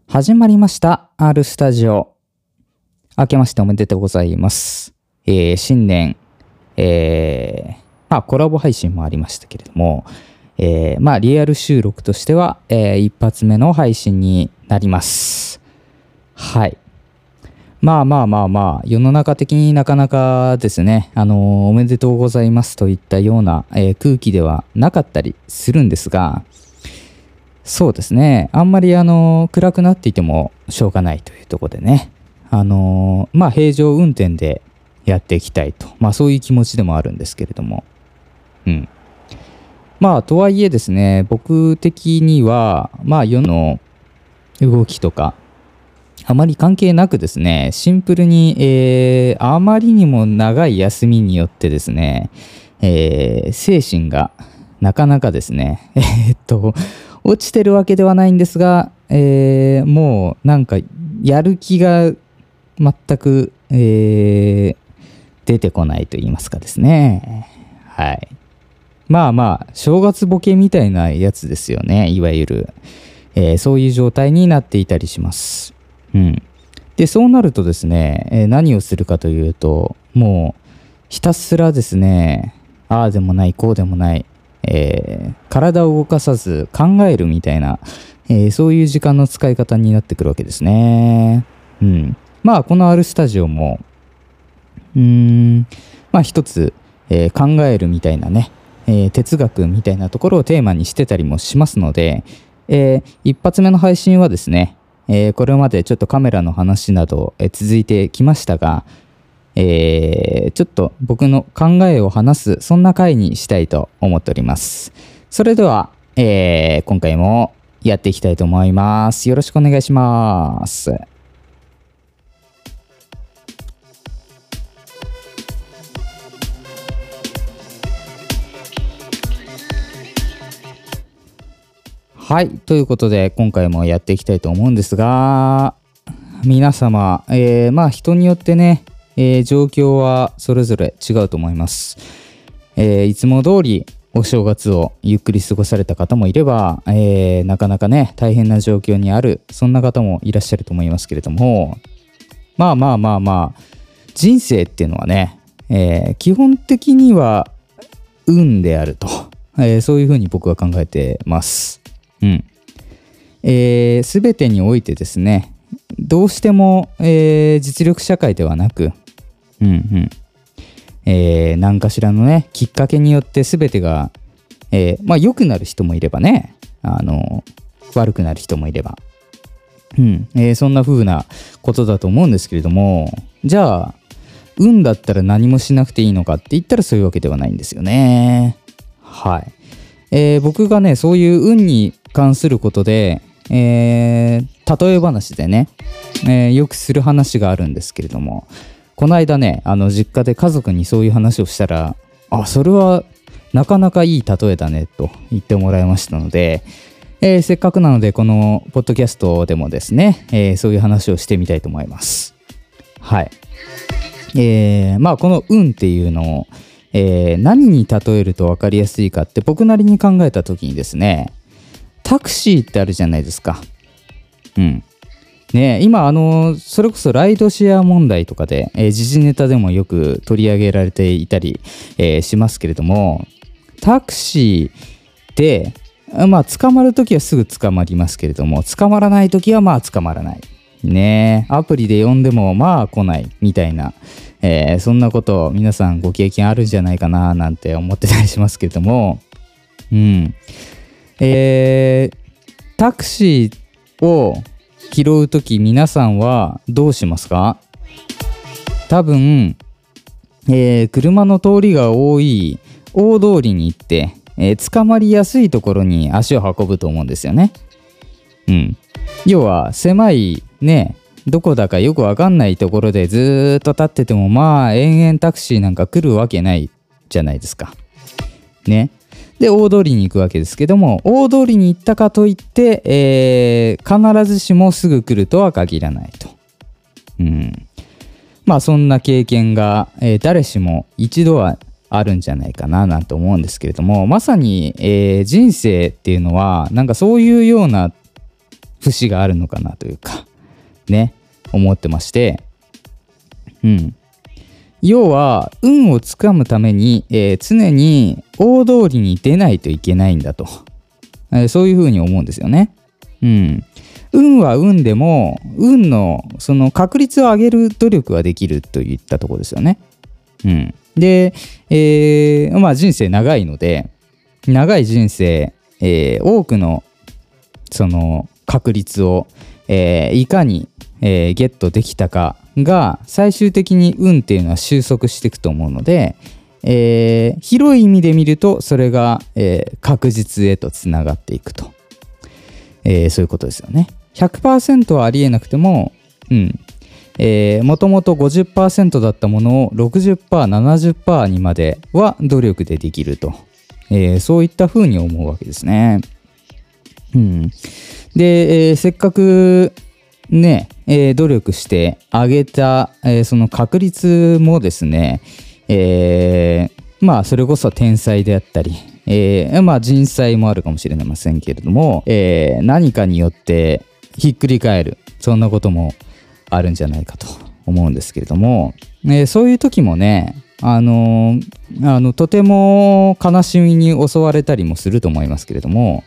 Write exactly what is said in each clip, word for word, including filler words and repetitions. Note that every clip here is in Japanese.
始まりました R スタジオ。明けましておめでとうございます。えー、新年、えー、まあコラボ配信もありましたけれども、えー、まあリアル収録としては、えー、一発目の配信になります。はい。まあまあまあまあ世の中的になかなかですね、あのー、おめでとうございますといったような、えー、空気ではなかったりするんですが、そうですね。あんまりあの暗くなっていてもしょうがないというところでね。あのまあ平常運転でやっていきたいと。まあそういう気持ちでもあるんですけれども。うん。まあとはいえですね、僕的には、まあ世の動きとか、あまり関係なくですね、シンプルに、えー、あまりにも長い休みによってですね、えー、精神がなかなかですね、えー、っと、落ちてるわけではないんですが、えー、もうなんかやる気が全く、えー、出てこないと言いますかですね。はい。まあまあ正月ボケみたいなやつですよね、いわゆる、えー、そういう状態になっていたりします。うん。でそうなるとですね、えー、何をするかというと、もうひたすらですね、ああでもないこうでもない、えー、体を動かさず考えるみたいな、えー、そういう時間の使い方になってくるわけですね。うん。まあこの R スタジオもうーんまあ一つ、えー、考えるみたいなね、えー、哲学みたいなところをテーマにしてたりもしますので、えー、一発目の配信はですね、えー、これまでちょっとカメラの話など、えー、続いてきましたが、えー、ちょっと僕の考えを話す、そんな回にしたいと思っております。それでは、えー、今回もやっていきたいと思います。よろしくお願いします。はい、ということで今回もやっていきたいと思うんですが、皆様、えー、まあ人によってね、えー、状況はそれぞれ違うと思います。えー、いつも通りお正月をゆっくり過ごされた方もいれば、えー、なかなかね大変な状況にある、そんな方もいらっしゃると思いますけれども、まあまあまあまあ人生っていうのはね、えー、基本的には運であると、えー、そういうふうに僕は考えてます。うん。えー、全てにおいてですね、どうしても、えー、実力社会ではなく、うんうん、えー、何かしらのねきっかけによって全てが、えー、まあ良くなる人もいればね、あの悪くなる人もいれば、うんえー、そんな風なことだと思うんですけれども、じゃあ運だったら何もしなくていいのかって言ったらそういうわけではないんですよね。はい。えー、僕がねそういう運に関することで、えー、例え話でね、えー、よくする話があるんですけれども、この間ねあの実家で家族にそういう話をしたら、あ、それはなかなかいい例えだねと言ってもらいましたので、えー、せっかくなのでこのポッドキャストでもですね、えー、そういう話をしてみたいと思います。はい。えー、まあこの運っていうのを、えー、何に例えると分かりやすいかって僕なりに考えた時にですね、タクシーってあるじゃないですか。うんね、今あのそれこそライドシェア問題とかで、えー、時事ネタでもよく取り上げられていたり、えー、しますけれども、タクシーでまあ捕まるときはすぐ捕まりますけれども、捕まらないときはまあ捕まらないね。アプリで呼んでもまあ来ないみたいな、えー、そんなこと皆さんご経験あるんじゃないかななんて思ってたりしますけれども、うんえー、タクシーを拾うとき皆さんはどうしますか？多分、えー、車の通りが多い大通りに行って、えー、捕まりやすいところに足を運ぶと思うんですよね。うん。要は狭いね、どこだかよくわかんないところでずーっと立っててもまあ延々タクシーなんか来るわけないじゃないですか。ね。で大通りに行くわけですけども、大通りに行ったかといって、えー、必ずしもすぐ来るとは限らないと。うん、まあそんな経験が、えー、誰しも一度はあるんじゃないかななんて思うんですけれども、まさに、えー、人生っていうのはなんかそういうような節があるのかなというかね思ってまして、うん要は運をつかむために、えー、常に大通りに出ないといけないんだと、えー、そういうふうに思うんですよね。うん、運は運でも運のその確率を上げる努力はできるといったところですよね。うん、で、えー、まあ人生長いので長い人生、えー、多くのその確率を、えー、いかに、えー、ゲットできたかが最終的に運っていうのは収束していくと思うので、えー、広い意味で見るとそれが、えー、確実へとつながっていくと、えー、そういうことですよね。 ひゃくパーセント はありえなくても、うんえー、もともと ごじゅっパーセント だったものを ろくじゅっパーセント、ななじゅっパーセント にまでは努力でできると、えー、そういったふうに思うわけですね。うん、で、えー、せっかくね、えー、努力して上げた、えー、その確率もですね、えー、まあそれこそ天才であったり、えー、まあ人災もあるかもしれませんけれども、えー、何かによってひっくり返る、そんなこともあるんじゃないかと思うんですけれども、えー、そういう時もね、あのー、あのとても悲しみに襲われたりもすると思いますけれども、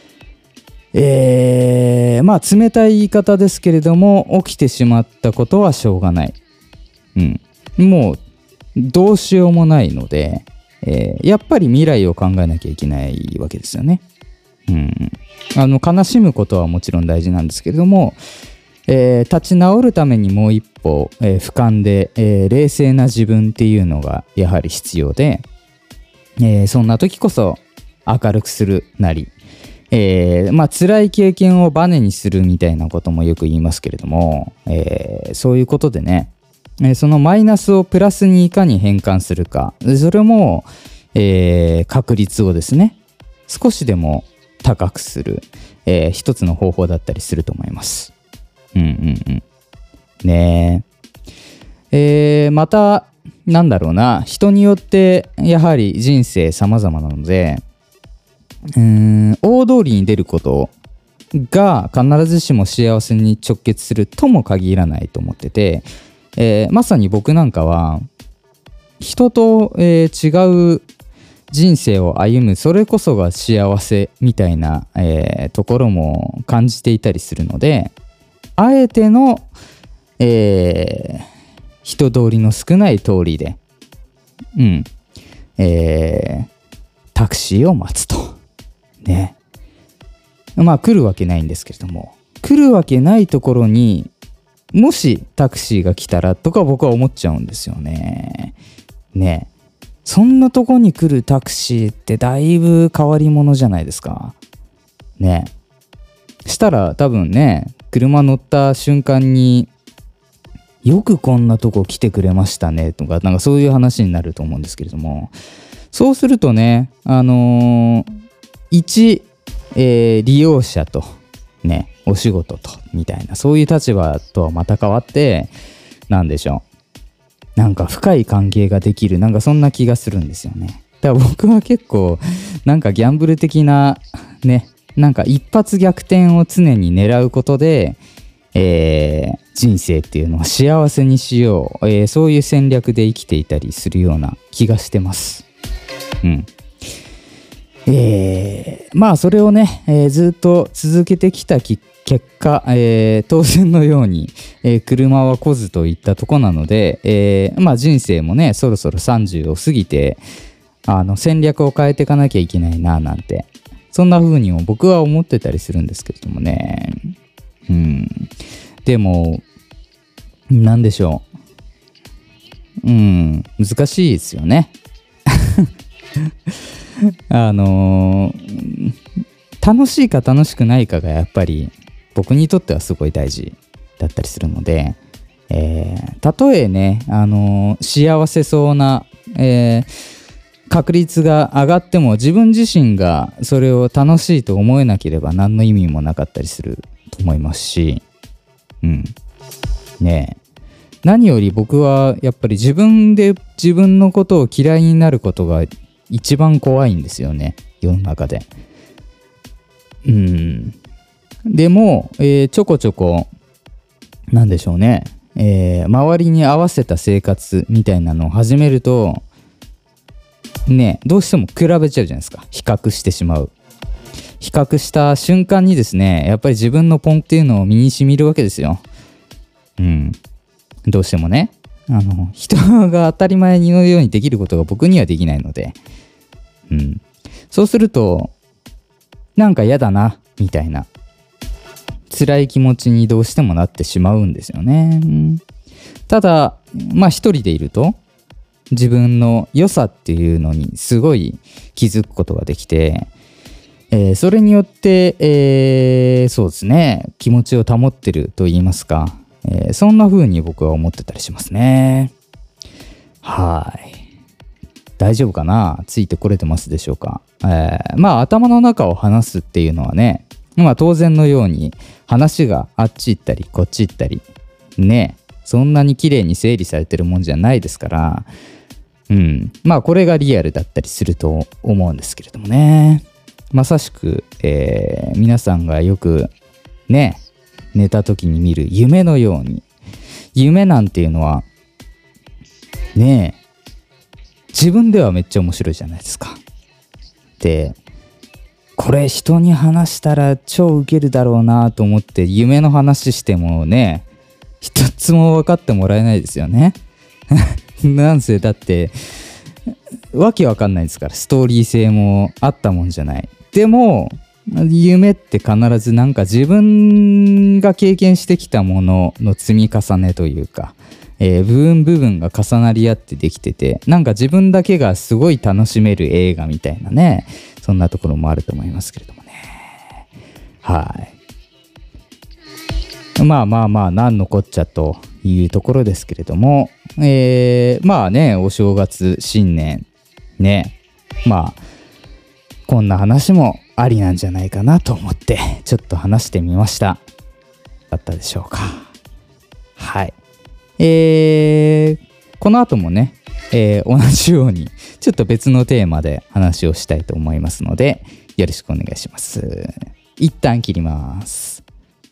えー、まあ冷たい言い方ですけれども起きてしまったことはしょうがない、うん、もうどうしようもないので、えー、やっぱり未来を考えなきゃいけないわけですよね。うん、あの悲しむことはもちろん大事なんですけれども、えー、立ち直るためにもう一歩、えー、俯瞰で、えー、冷静な自分っていうのがやはり必要で、えー、そんな時こそ明るくするなり、えー、まあ辛い経験をバネにするみたいなこともよく言いますけれども、えー、そういうことでね、えー、そのマイナスをプラスにいかに変換するか、それも、えー、確率をですね少しでも高くする、えー、一つの方法だったりすると思います。うんうんうんねええー、またなんだろうな、人によってやはり人生様々なので、うーん大通りに出ることが必ずしも幸せに直結するとも限らないと思ってて、えー、まさに僕なんかは人と、えー、違う人生を歩む、それこそが幸せみたいな、えー、ところも感じていたりするので、あえての、えー、人通りの少ない通りで、うんえー、タクシーを待つとね、まあ来るわけないんですけれども、来るわけないところにもしタクシーが来たらとか僕は思っちゃうんですよね。ね、そんなとこに来るタクシーってだいぶ変わり者じゃないですか。ね、したら多分ね、車乗った瞬間によくこんなとこ来てくれましたねとか、なんかそういう話になると思うんですけれども、そうするとね、あのー、一、えー、利用者とね、お仕事とみたいな、そういう立場とはまた変わって、なんでしょう、なんか深い関係ができる、なんかそんな気がするんですよね。だから僕は結構なんかギャンブル的なね、なんか一発逆転を常に狙うことで、えー、人生っていうのを幸せにしよう、えー、そういう戦略で生きていたりするような気がしてます。うん。えー、まあそれをね、えー、ずっと続けてきたき結果、えー、当然のように、えー、車は来ずといったとこなので、えー、まあ人生もね、そろそろさんじゅうを過ぎて、あの戦略を変えていかなきゃいけないななんて、そんな風にも僕は思ってたりするんですけれどもね。うん。でも、なんでしょう。うん、難しいですよね。あのー、楽しいか楽しくないかがやっぱり僕にとってはすごい大事だったりするので、えー、たとえね、あのー、幸せそうな、えー確率が上がっても自分自身がそれを楽しいと思えなければ何の意味もなかったりすると思いますし、うんねえ、何より僕はやっぱり自分で自分のことを嫌いになることが一番怖いんですよね、世の中で。うんでも、えーちょこちょこなんでしょうね、えー周りに合わせた生活みたいなのを始めるとね、どうしても比べちゃうじゃないですか。比較してしまう。比較した瞬間にですね、やっぱり自分のポンっていうのを身に染みるわけですよ。うん。どうしてもね、あの人が当たり前のようにできることが僕にはできないので、うん。そうするとなんか嫌だなみたいな辛い気持ちにどうしてもなってしまうんですよね。うん、ただまあ一人でいると自分の良さっていうのにすごい気づくことができて、えーそれによって、えーそうですね、気持ちを保ってると言いますか、えーそんな風に僕は思ってたりしますね。はい。大丈夫かな？ついてこれてますでしょうか？えーまあ頭の中を話すっていうのはね、まあ当然のように話があっち行ったりこっち行ったりね、そんなに綺麗に整理されてるもんじゃないですから、うん、まあこれがリアルだったりすると思うんですけれどもね。まさしく、えー皆さんがよくね寝た時に見る夢のように、夢なんていうのはねえ自分ではめっちゃ面白いじゃないですか。でこれ人に話したら超ウケるだろうなと思って夢の話してもね、一つも分かってもらえないですよね。なんせだってわけわかんないですから、ストーリー性もあったもんじゃない。でも夢って必ずなんか自分が経験してきたものの積み重ねというか、えー部分部分が重なり合ってできてて、なんか自分だけがすごい楽しめる映画みたいなね、そんなところもあると思いますけれどもね。はい。まあまあまあなんのこっちゃというところですけれども、えーまあね、お正月新年ね、まあこんな話もありなんじゃないかなと思ってちょっと話してみました。だったでしょうか。はい。えー、この後もね、えー同じようにちょっと別のテーマで話をしたいと思いますので、よろしくお願いします。一旦切ります。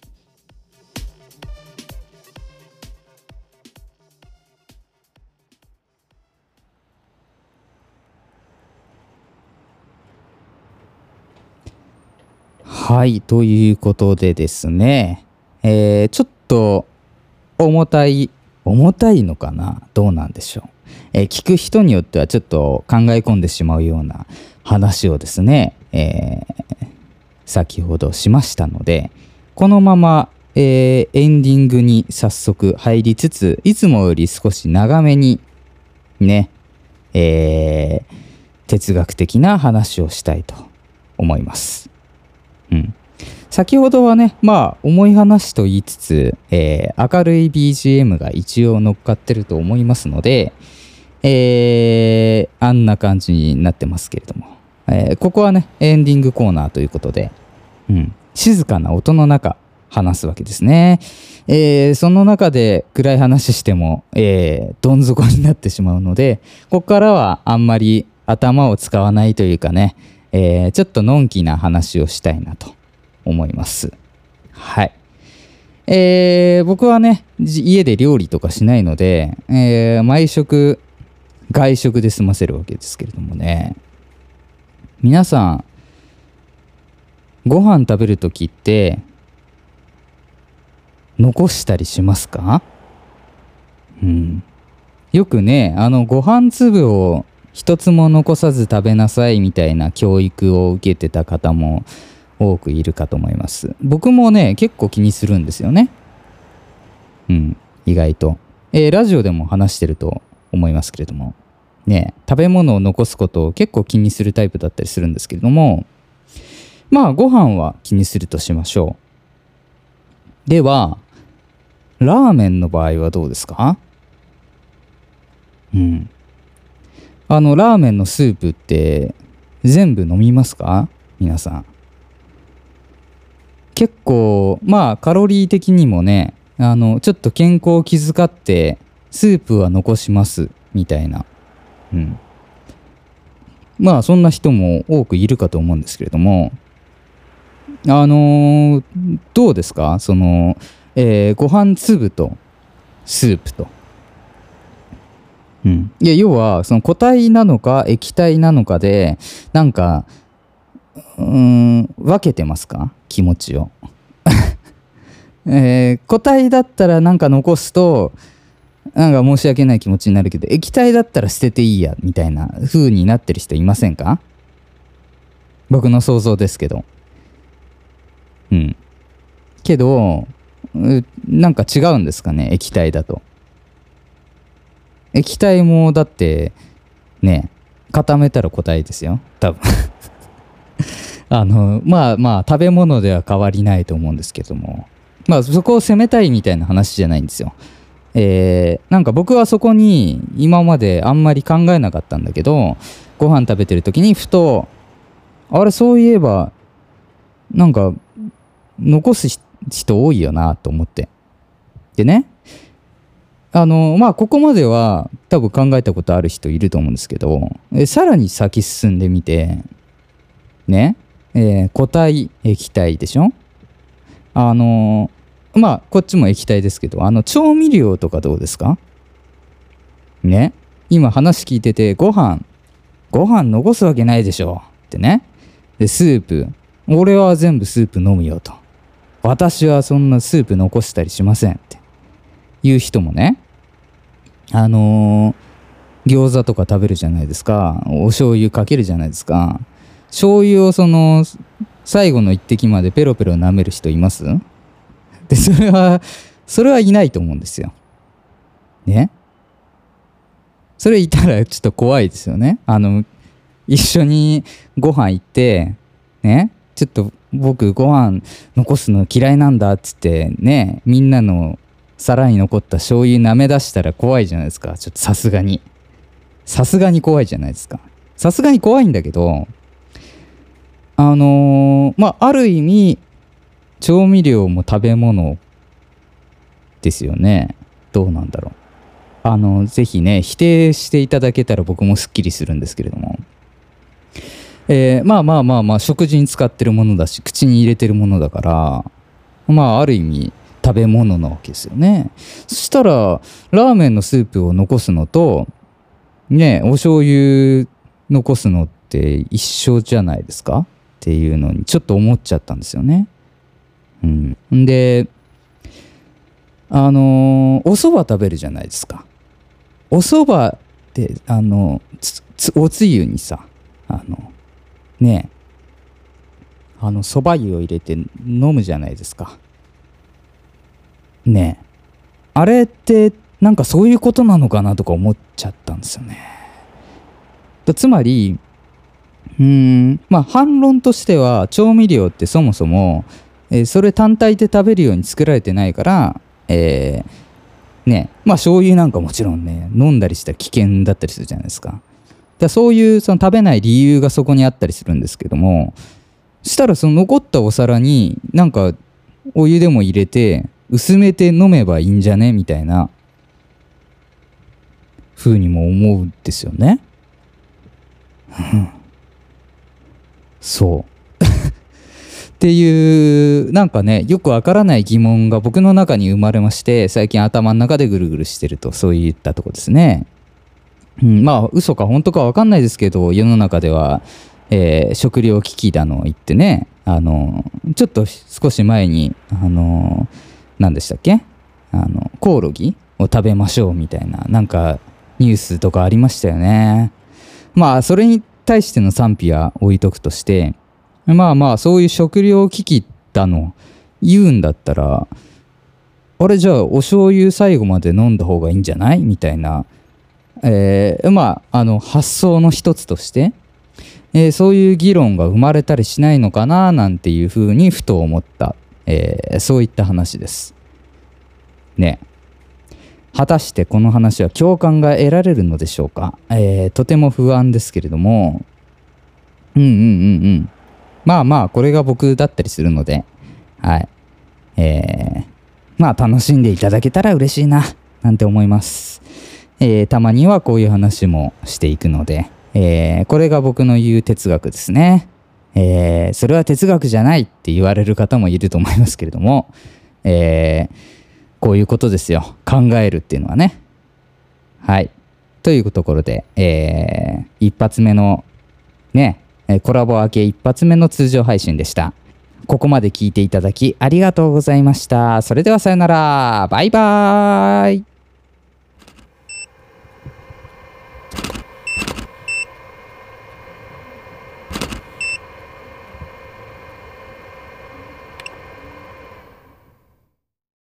はい、ということでですね、えーちょっと重たい重たいのかな、どうなんでしょう、えー聞く人によってはちょっと考え込んでしまうような話をですね、えー先ほどしましたので、このまま、えーエンディングに早速入りつつ、いつもより少し長めにね、えー哲学的な話をしたいと思います。うん、先ほどはね、まあ重い話と言いつつ、えー明るい ビージーエム が一応乗っかってると思いますので、えーあんな感じになってますけれども、えーここはねエンディングコーナーということで、うん、静かな音の中話すわけですね。えーその中で暗い話しても、えーどん底になってしまうので、ここからはあんまり頭を使わないというかね、えーちょっとのんきな話をしたいなと思います。はい。えー僕はね、じ家で料理とかしないので、えー毎食外食で済ませるわけですけれどもね。皆さん、ご飯食べるときって残したりしますか？うん。よくね、あのご飯粒を一つも残さず食べなさいみたいな教育を受けてた方も多くいるかと思います。僕もね、結構気にするんですよね。うん、意外と。えーラジオでも話してると思いますけれども、ね、食べ物を残すことを結構気にするタイプだったりするんですけれども、まあご飯は気にするとしましょう。では、ラーメンの場合はどうですか？うん。あのラーメンのスープって全部飲みますか？皆さん。結構まあカロリー的にもね、あのちょっと健康を気遣ってスープは残しますみたいな、うん、まあそんな人も多くいるかと思うんですけれども、 あのーどうですかその、えーご飯粒とスープと。うん。いや、要は、その固体なのか液体なのかで、なんか、うーん、分けてますか気持ちを。えー固体だったらなんか残すと、なんか申し訳ない気持ちになるけど、液体だったら捨てていいや、みたいな風になってる人いませんか？僕の想像ですけど。うん。けど、うなんか違うんですかね、液体だと。液体もだってね、固めたら固体ですよ多分。あのまあまあ食べ物では変わりないと思うんですけども、まあそこを責めたいみたいな話じゃないんですよ。えー、なんか僕はそこに今まであんまり考えなかったんだけど、ご飯食べてる時にふと、あれそういえばなんか残す人多いよなと思って。でね、あのまあここまでは多分考えたことある人いると思うんですけど、えさらに先進んでみてね、えー固体液体でしょ。あのまあこっちも液体ですけど、あの調味料とかどうですかね。今話聞いてて、ご飯ご飯残すわけないでしょってね。でスープ、俺は全部スープ飲むよと、私はそんなスープ残したりしませんっていう人もね、あのー餃子とか食べるじゃないですか。お醤油かけるじゃないですか。醤油をその最後の一滴までペロペロ舐める人います？でそれはそれはいないと思うんですよね。それいたらちょっと怖いですよね。あの一緒にご飯行ってね、ちょっと僕ご飯残すの嫌いなんだっつってね、みんなの皿に残った醤油舐め出したら怖いじゃないですか。ちょっとさすがにさすがに怖いじゃないですか。さすがに怖いんだけど、あのーまあある意味調味料も食べ物ですよね。どうなんだろう。あのぜひね否定していただけたら僕もすっきりするんですけれども、えーまあまあまあまあ食事に使ってるものだし、口に入れてるものだから、まあある意味食べ物なわけですよね。そしたらラーメンのスープを残すのとね、お醤油残すのって一緒じゃないですかっていうのにちょっと思っちゃったんですよね。うん。で、あのーお蕎麦食べるじゃないですか。お蕎麦ってあのつつおつゆにさ、あのねあの蕎麦湯を入れて飲むじゃないですか。ねえ、あれってなんかそういうことなのかなとか思っちゃったんですよね。だつまりうーんまあ反論としては、調味料ってそもそも、えーそれ単体で食べるように作られてないから、えーねまあ醤油なんかもちろんね飲んだりしたら危険だったりするじゃないですか。だからそういうその食べない理由がそこにあったりするんですけども、したらその残ったお皿になんかお湯でも入れて薄めて飲めばいいんじゃねみたいな風にも思うんですよね。そうっていうなんかね、よくわからない疑問が僕の中に生まれまして、最近頭の中でぐるぐるしてると、そういったとこですね。うん、まあ嘘か本当かわかんないですけど、世の中では、えー食料危機だの言ってね、あのちょっと少し前にあの何でしたっけ、あのコオロギを食べましょうみたいななんかニュースとかありましたよね。まあそれに対しての賛否は置いとくとして、まあまあそういう食料危機だの言うんだったら、あれじゃあお醤油最後まで飲んだ方がいいんじゃないみたいな、えーまああの発想の一つとして、えーそういう議論が生まれたりしないのかななんていうふうにふと思った、えーそういった話ですね。果たしてこの話は共感が得られるのでしょうか。えーとても不安ですけれども、うんうんうんうんまあまあこれが僕だったりするので、はいえー、まあ楽しんでいただけたら嬉しいななんて思います。えー、たまにはこういう話もしていくので、えー、これが僕の言う哲学ですね。 えー、それは哲学じゃないって言われる方もいると思いますけれども、えー、こういうことですよ。考えるっていうのはね。はい。というところで、えー、一発目のね、コラボ明け一発目の通常配信でした。ここまで聞いていただきありがとうございました。それではさよなら。バイバーイ。